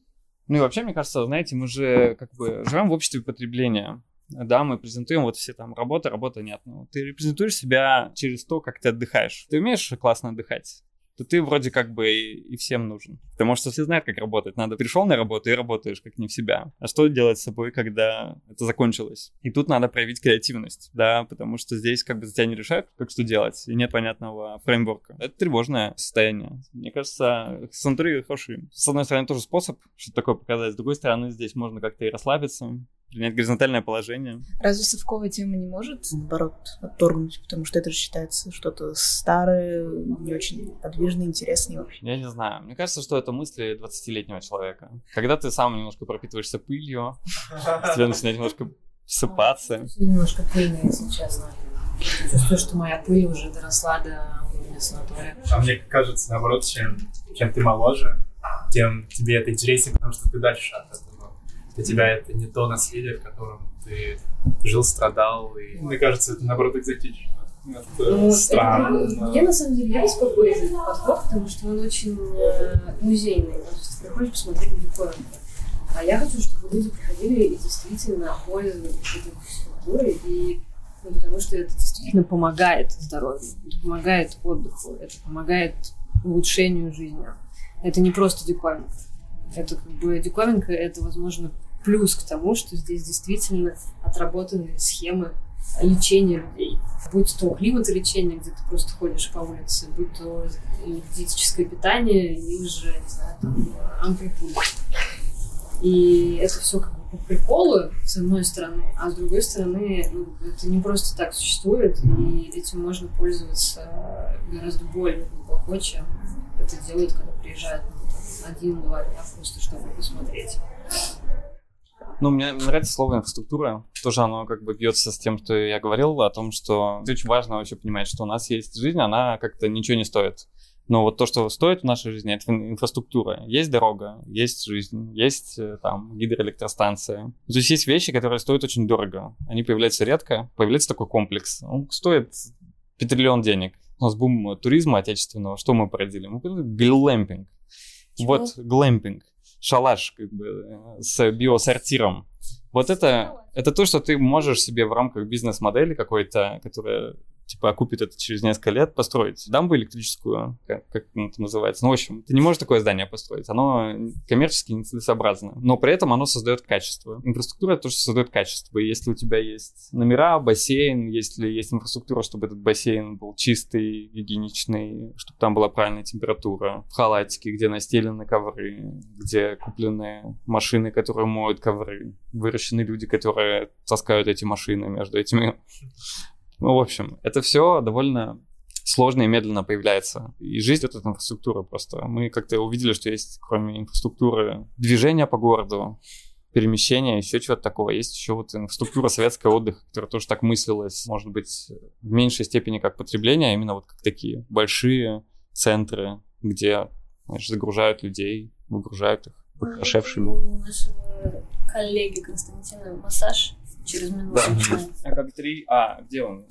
Ну и вообще, мне кажется, знаете, мы же как бы живем в обществе потребления. Да, мы презентуем вот все там работа нет. Ну, ты репрезентуешь себя через то, как ты отдыхаешь. Ты умеешь классно отдыхать, то ты вроде как бы и всем нужен. Потому что все знают, как работать. Надо пришел на работу и работаешь как не в себя. А что делать с собой, когда это закончилось? И тут надо проявить креативность, да, потому что здесь как бы за тебя не решают, как что делать, и нет понятного фреймворка. Это тревожное состояние. Мне кажется, санатории хорошие. С одной стороны, тоже способ что-то такое показать, с другой стороны, здесь можно как-то и расслабиться, принять горизонтальное положение. Разве совковая тема не может, наоборот, отторгнуть? Потому что это же считается что-то старое, не очень подвижное, интересное вообще. Я не знаю. Мне кажется, что это мысли 20-летнего человека. Когда ты сам немножко пропитываешься пылью, тебе начинает немножко всыпаться. Немножко пыльная, если честно. Чувствую, что моя пыль уже доросла до уровня санатория. А мне кажется, наоборот, чем ты моложе, тем тебе это интереснее, потому что ты дальше от этого. Для тебя это не то наследие, в котором ты жил, страдал, и мне кажется, это наоборот экзотично. Это странно. Я на самом деле я беспокоюсь за этот подход, потому что он очень музейный. То есть ты приходишь посмотреть на диковинку. А я хочу, чтобы люди приходили и действительно пользовались этой структурой, и потому что это действительно помогает здоровью, это помогает отдыху, это помогает улучшению жизни. Это не просто диковинка. Это как бы диковинка, это, возможно, плюс к тому, что здесь действительно отработанные схемы лечения людей. Будь то климатолечение, где ты просто ходишь по улице, будь то диетическое питание, или же, не знаю, там, амплипуль. И это все как бы по приколу, с одной стороны, а с другой стороны, это не просто так существует, и этим можно пользоваться гораздо более глубоко, чем это делают, когда приезжают 1-2 дня просто, чтобы посмотреть. Ну, мне нравится слово инфраструктура. Тоже оно как бы бьется с тем, что я говорил, о том, что очень важно вообще понимать, что у нас есть жизнь, она как-то ничего не стоит. Но вот то, что стоит в нашей жизни, это инфраструктура. Есть дорога, есть жизнь, есть там гидроэлектростанция. То есть есть вещи, которые стоят очень дорого. Они появляются редко. Появляется такой комплекс. Он стоит петриллион денег. У нас бум туризма отечественного. Что мы породили? Мы породили глэмпинг. Вот глэмпинг. Шалаш как бы с биосортиром. Вот это то, что ты можешь себе в рамках бизнес-модели какой-то, которая типа окупит это через несколько лет, построить. Дамбу электрическую, как это называется. Ну, в общем, ты не можешь такое здание построить. Оно коммерчески нецелесообразно. Но при этом оно создает качество. Инфраструктура — это то, что создает качество. И если у тебя есть номера, бассейн, если есть инфраструктура, чтобы этот бассейн был чистый, гигиеничный, чтобы там была правильная температура, в халатике, где настелены ковры, где куплены машины, которые моют ковры, выращены люди, которые таскают эти машины между этими... Ну, в общем, это все довольно сложно и медленно появляется. И жизнь — это инфраструктура просто. Мы как-то увидели, что есть, кроме инфраструктуры, движения по городу, перемещения, еще чего-то такого. Есть еще вот инфраструктура советского отдыха, которая тоже так мыслилась, может быть, в меньшей степени как потребление, а именно вот как такие большие центры, где, знаешь, загружают людей, выгружают их похорошевшими. У нашего коллеги Константина массаж через минуту. Да. Как 3... где он?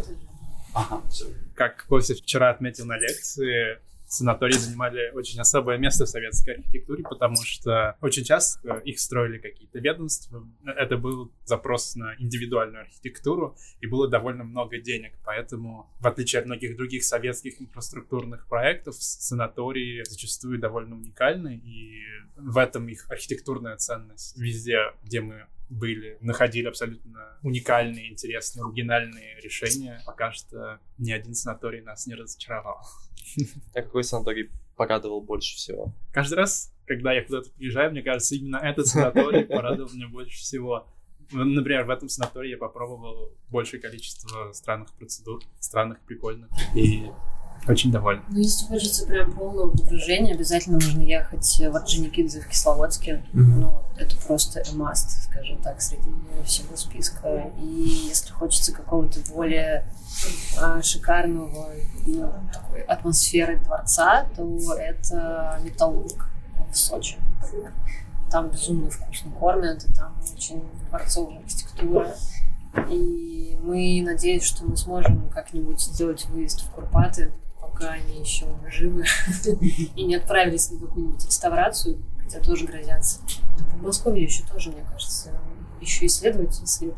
Ага. Как Костя вчера отметил на лекции, санатории занимали очень особое место в советской архитектуре, потому что очень часто их строили какие-то ведомства. Это был запрос на индивидуальную архитектуру, и было довольно много денег. Поэтому, в отличие от многих других советских инфраструктурных проектов, санатории зачастую довольно уникальны, и в этом их архитектурная ценность. Везде, где мы были, находили абсолютно уникальные, интересные, оригинальные решения. Пока что ни один санаторий нас не разочаровал. А какой санаторий порадовал больше всего? Каждый раз, когда я куда-то приезжаю, мне кажется, именно этот санаторий порадовал меня больше всего. Например, в этом санатории я попробовал большее количество странных процедур, странных, прикольных, и очень доволен. Ну, если хочется прям полного погружения, обязательно нужно ехать в Орджоникидзе в Кисловодске. Ну, это просто a must, скажем так, среди всего списка. И если хочется какого-то более шикарного, такой атмосферы дворца, то это Металлург в Сочи, например. Там безумно вкусно кормят, и там очень дворцовая архитектура. И мы надеемся, что мы сможем как-нибудь сделать выезд в Курпаты, пока они еще живы и не отправились на какую-нибудь реставрацию, хотя тоже грозятся. В Подмосковье еще тоже, мне кажется, еще исследовать.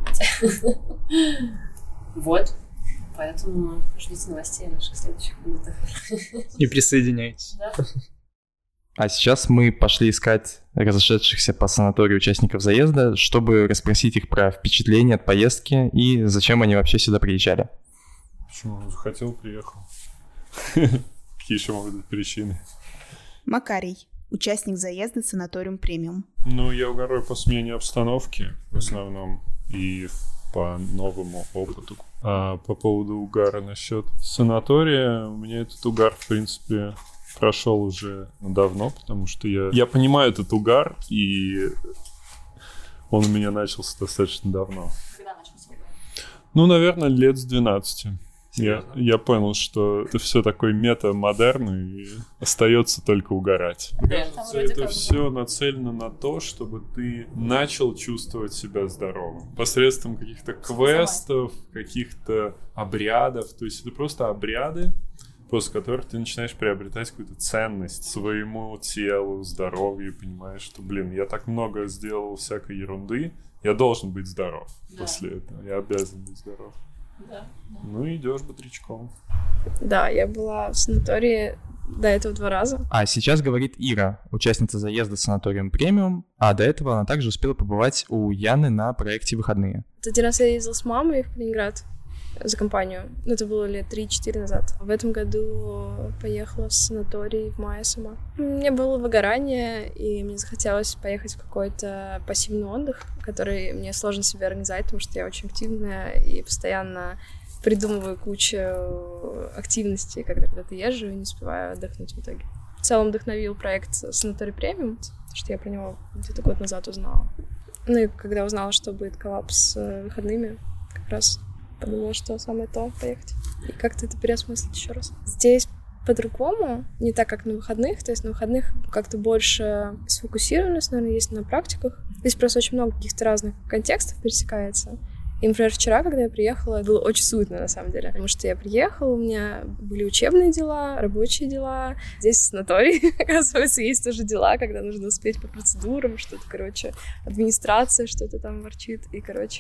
Вот. Поэтому ждите новостей о наших следующих выездах. И присоединяйтесь. Да. А сейчас мы пошли искать разошедшихся по санаторию участников заезда, чтобы расспросить их про впечатления от поездки и зачем они вообще сюда приезжали. Почему? Захотел, приехал. Какие еще могут быть причины? Макарий, участник заезда санаториум премиум. Ну, я угораю по смене обстановки в основном и по новому опыту. А по поводу угара насчет санатория, у меня этот угар, в принципе, прошел уже давно, потому что я понимаю этот угар, и он у меня начался достаточно давно. Когда начался угар? Ну, наверное, лет с 12. Я понял, что это все такой мета-модерн, и остается только угорать. Кажется, это все нацелено на то, чтобы ты начал чувствовать себя здоровым. Посредством каких-то квестов, каких-то обрядов. То есть это просто обряды, после которых ты начинаешь приобретать какую-то ценность своему телу, здоровью, понимаешь, что, я так много сделал всякой ерунды, я должен быть здоров после этого, я обязан быть здоров. Да. Ну, идешь бодрячком. Да, я была в санатории до этого 2 раза. А сейчас говорит Ира, участница заезда санаториум премиум, а до этого она также успела побывать у Яны на проекте «Выходные». Один раз я ездила с мамой в Калининград за компанию. Это было лет 3-4 назад. В этом году поехала в санаторий в мае сама. У меня было выгорание, и мне захотелось поехать в какой-то пассивный отдых, который мне сложно себе организовать, потому что я очень активная и постоянно придумываю кучу активностей, когда куда-то езжу и не успеваю отдохнуть в итоге. В целом вдохновил проект «Санаторий премиум», потому что я про него где-то год назад узнала. Ну и когда узнала, что будет коллапс с выходными, как раз подумала, что самое то поехать. И как-то это переосмыслить еще раз. Здесь по-другому, не так, как на выходных. То есть на выходных как-то больше сфокусированность, наверное, есть на практиках. Здесь просто очень много каких-то разных контекстов пересекается. И, например, вчера, когда я приехала, было очень суетно, на самом деле. Потому что я приехала, у меня были учебные дела, рабочие дела. Здесь в санатории, оказывается, есть тоже дела, когда нужно успеть по процедурам, что-то, администрация что-то там ворчит. И,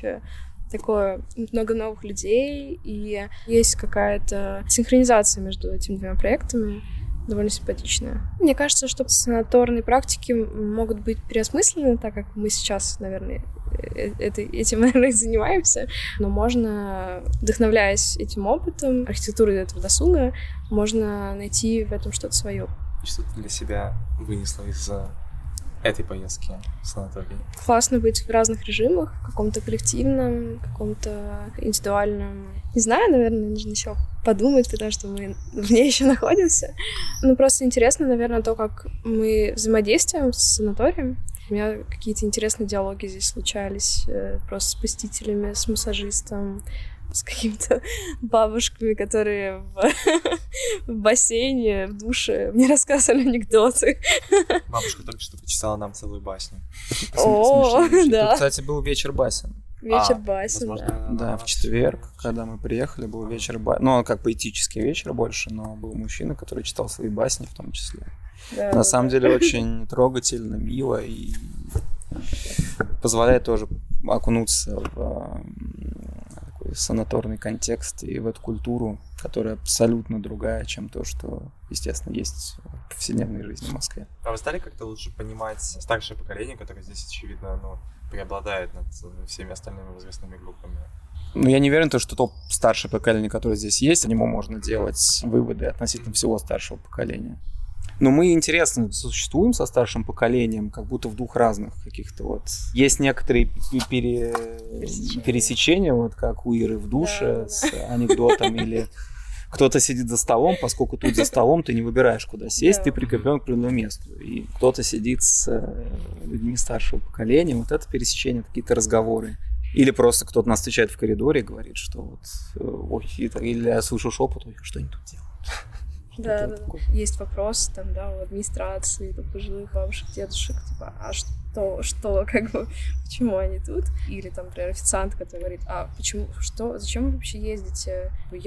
такое много новых людей, и есть какая-то синхронизация между этими 2 проектами, довольно симпатичная. Мне кажется, что санаторные практики могут быть переосмыслены, так как мы сейчас, наверное, этим, наверное, занимаемся, но можно, вдохновляясь этим опытом, архитектурой этого досуга, можно найти в этом что-то свое. Что ты для себя вынесла из этой поездки в санаторий? Классно быть в разных режимах, в каком-то коллективном, каком-то индивидуальном. Не знаю, наверное, нужно еще подумать, потому что мы в ней еще находимся. Ну, просто интересно, наверное, то, как мы взаимодействуем с санаторием. У меня какие-то интересные диалоги здесь случались просто с посетителями, с массажистом, с какими-то бабушками, которые в бассейне, в душе мне рассказывали анекдоты. Бабушка только что почитала нам целую басню. О, да. Тут, кстати, был вечер басен. Вечер басен, да. Да, в четверг, когда мы приехали, был вечер басен. Ну, он как поэтический вечер больше, но был мужчина, который читал свои басни в том числе. Да, на самом деле очень трогательно, мило и позволяет тоже окунуться в такой санаторный контекст и в эту культуру, которая абсолютно другая, чем то, что, естественно, есть в повседневной жизни в Москве. А вы стали как-то лучше понимать старшее поколение, которое здесь, очевидно, преобладает над всеми остальными возрастными группами? Ну, я не уверен, что то старшее поколение, которое здесь есть, о нему можно делать выводы относительно всего старшего поколения. Но мы интересно существуем со старшим поколением, как будто в 2 разных каких-то вот. Есть некоторые пересечения, вот как у Иры в душе, да, с анекдотом, или кто-то сидит за столом, поскольку тут за столом ты не выбираешь, куда сесть, да, ты прикреплен к определенному месту. И кто-то сидит с людьми старшего поколения, вот это пересечение, какие-то разговоры. Или просто кто-то нас встречает в коридоре и говорит, что вот, или я слышу шепот, ой, что они тут делают? Да. Есть вопрос там, да, у администрации, у пожилых бабушек, дедушек, типа, а что, как бы, почему они тут. Или там, например, официант, который говорит, почему, что, зачем вы вообще ездите?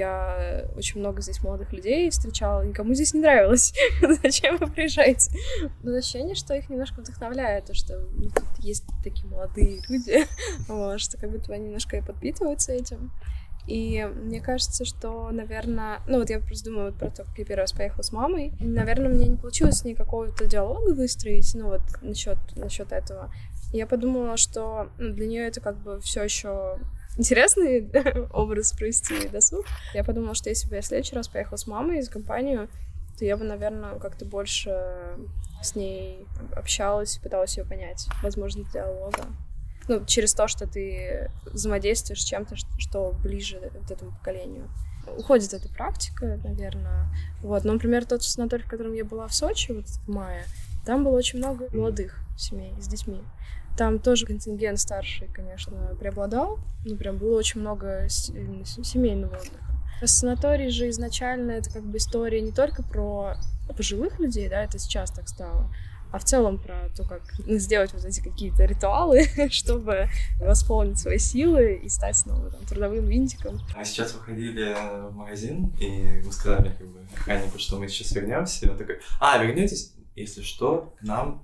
Я очень много здесь молодых людей встречала, никому здесь не нравилось. Зачем вы приезжаете? Но ощущение, что их немножко вдохновляет, то, что тут есть такие молодые люди, что как будто они немножко и подпитываются этим. И мне кажется, что, наверное... я просто думаю про то, как я первый раз поехала с мамой. Наверное, мне не получилось с ней какого-то диалога выстроить, насчет этого. И я подумала, что для нее это как бы все еще интересный образ провести досуг. Я подумала, что если бы я в следующий раз поехала с мамой за компанию, то я бы, наверное, как-то больше с ней общалась и пыталась ее понять. Возможно, диалога. Через то, что ты взаимодействуешь с чем-то, что ближе к этому поколению. Уходит эта практика, наверное. Но, например, тот санаторий, в котором я была в Сочи в мае, там было очень много молодых семей с детьми. Там тоже контингент старший, конечно, преобладал. Прям было очень много семейного отдыха. Санаторий же изначально это как бы история не только про пожилых людей, да, это сейчас так стало, а в целом про то, как сделать вот эти какие-то ритуалы, чтобы восполнить свои силы и стать снова трудовым винтиком. Мы сейчас выходили в магазин, и мы сказали охраннику, что мы сейчас вернемся, и он такой, вернетесь? Если что, к нам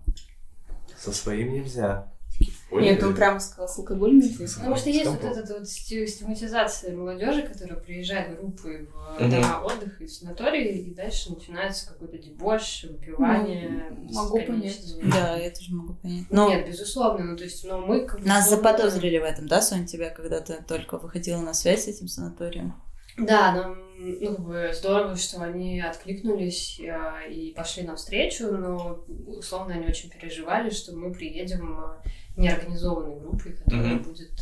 со своим нельзя. Нет, он прямо сказал с алкоголем. Потому что есть вот эта вот стигматизация молодежи, которая приезжает группой в дома отдыха и в санатории, и дальше начинается какой-то дебош, выпивание. Могу понять. Да, я тоже могу понять. Нет, безусловно, мы... Нас заподозрили в этом, да, Соня, тебя когда-то только выходила на связь с этим санаторием? Да, нам здорово, что они откликнулись и пошли навстречу, но условно они очень переживали, что мы приедем неорганизованной группой, которая будет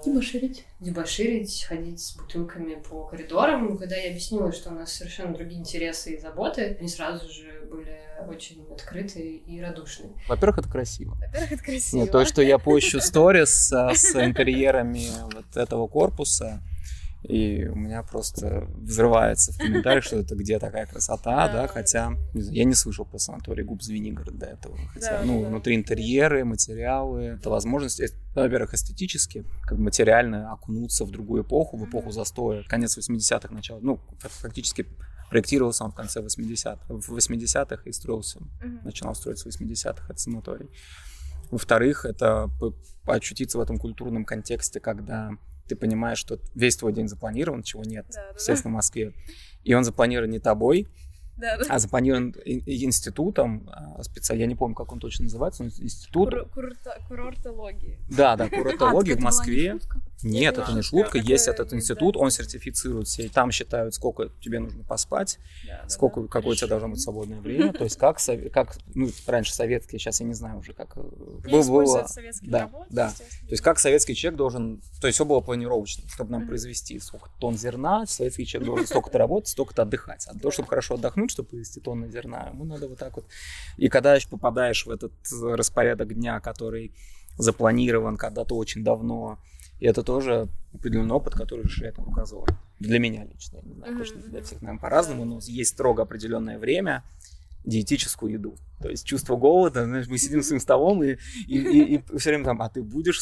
дебоширить, ходить с бутылками по коридорам. Когда я объяснила, что у нас совершенно другие интересы и заботы, они сразу же были очень открыты и радушны. Во-первых, это красиво. Нет, то, что я пощу сторис с интерьерами вот этого корпуса, и у меня просто взрывается в комментариях, что это где такая красота, да, хотя я не слышал про санаторий Губ Звенигород до этого, хотя, внутри интерьеры, материалы, это возможность, во-первых, эстетически, как бы материально окунуться в другую эпоху, в эпоху застоя, конец 80-х, начало, фактически проектировался он в конце 80-х, в 80-х и строился, начинал строиться в 80-х, это санаторий. Во-вторых, это очутиться в этом культурном контексте, когда ты понимаешь, что весь твой день запланирован, чего нет, естественно, в Москве. И он запланирован не тобой, а запланирован институтом, я не помню, как он точно называется, но институт... Курортологии. Да, курортологии в Москве. Нет, это не шутка, есть этот институт, он сертифицирует все, там считают, сколько тебе нужно поспать, какое у тебя должно быть свободное время, то есть как раньше советские, сейчас я не знаю уже, как было. Да, то есть как советский человек должен, то есть все было планировочно, чтобы нам произвести сколько тонн зерна, советский человек должен столько-то работать, столько-то отдыхать, а для того, чтобы хорошо отдохнуть, чтобы произвести тонны зерна, ему надо вот так вот. И когда попадаешь в этот распорядок дня, который запланирован когда-то очень давно, и это тоже определенный опыт, который расширяет кругозор. Для меня лично, я не знаю, конечно, для всех, наверное, по-разному, но есть строго определенное время, диетическую еду. То есть чувство голода, знаешь, мы сидим с своим столом и все время там, а ты будешь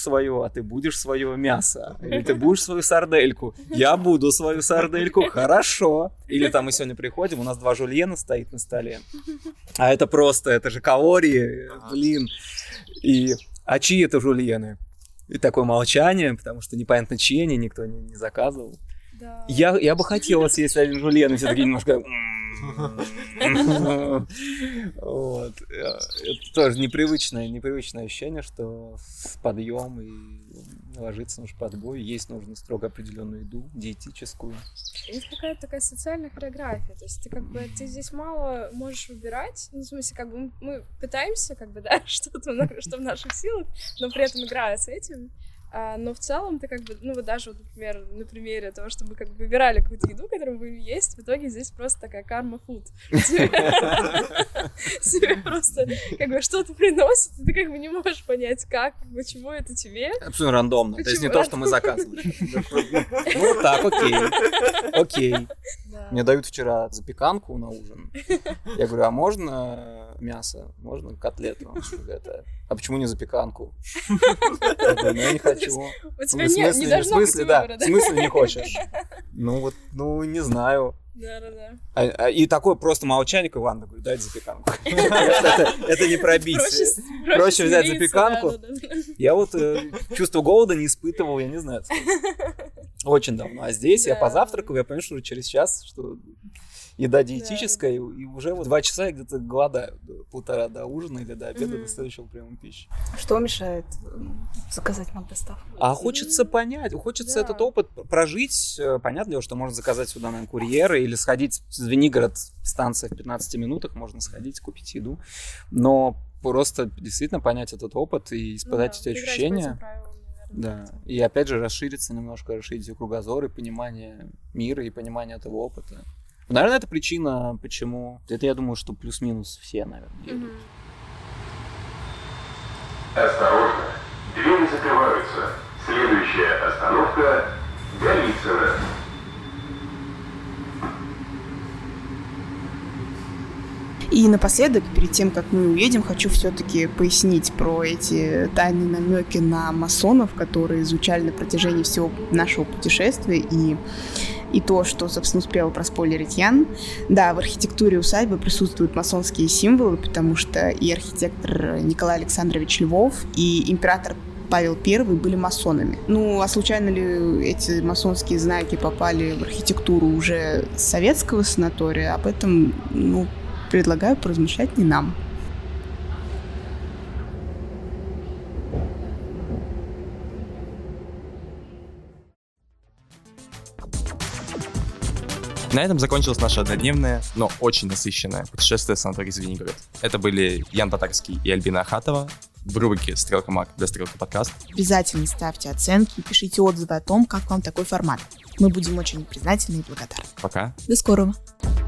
свое мясо, или ты будешь свою сардельку, я буду свою сардельку, хорошо. Или там мы сегодня приходим, у нас 2 жульена стоит на столе, а это же калории, блин. А чьи это жульены? И такое молчание, потому что непонятно чьи они, никто не заказывал. Да. Я бы хотела съесть один жульен, и все такие немножко... Вот. Это тоже непривычное ощущение, что с подъем и ложиться нужно под бой, есть нужно строго определенную еду, диетическую. Есть какая-то такая социальная хореография, то есть ты здесь мало можешь выбирать, в смысле, мы пытаемся, что-то что в наших силах, но при этом играя с этим. Но в целом ты даже, например, на примере того, что мы выбирали какую-то еду, которую мы будем есть, в итоге здесь просто такая карма-фуд. Тебе просто что-то приносит, и ты не можешь понять, как, почему это тебе. Абсолютно рандомно, то есть не то, что мы заказывали. Ну так, окей. Мне дают вчера запеканку на ужин. Я говорю, а можно мясо? Можно котлету? Он говорит, а почему не запеканку? Я говорю, я не хочу. У тебя не должно быть выбора, да? В смысле не хочешь? Не знаю. Да. И такое просто молчание, Иван, говорю, дайте запеканку. Это не пробить. Проще взять запеканку. Я вот чувство голода не испытывал, я не знаю. Очень давно. А здесь я позавтракал, я понял, что через час, что еда диетическая, и уже 2 часа я где-то голодаю. 1,5 до ужина или до обеда, до следующего приема пищи. Что мешает заказать нам доставку? А хочется понять, хочется этот опыт прожить. Понятно ли, что можно заказать сюда, наверное, курьера или сходить в Звенигород, станция в 15 минутах, можно сходить, купить еду. Но просто действительно понять этот опыт и испытать эти ощущения. Да, и опять же расшириться немножко, расширить кругозор и понимание мира, и понимание этого опыта. Наверное, это причина, почему... Это, я думаю, что плюс-минус все, наверное, едут. Осторожно, двери закрываются. Следующая остановка — Голицыно. И напоследок, перед тем, как мы уедем, хочу все-таки пояснить про эти тайные намеки на масонов, которые звучали на протяжении всего нашего путешествия, и то, что, собственно, успела проспойлерить Ян. Да, в архитектуре усадьбы присутствуют масонские символы, потому что и архитектор Николай Александрович Львов, и император Павел I были масонами. Ну, а случайно ли эти масонские знаки попали в архитектуру уже советского санатория? Об этом, предлагаю поразмышлять не нам. На этом закончилось наше однодневное, но очень насыщенное путешествие в санаторий Звенигород. Это были Ян Татарский и Альбина Ахатова в рубрике «Стрелка Мак» для «Стрелка Подкаст». Обязательно ставьте оценки, пишите отзывы о том, как вам такой формат. Мы будем очень признательны и благодарны. Пока. До скорого.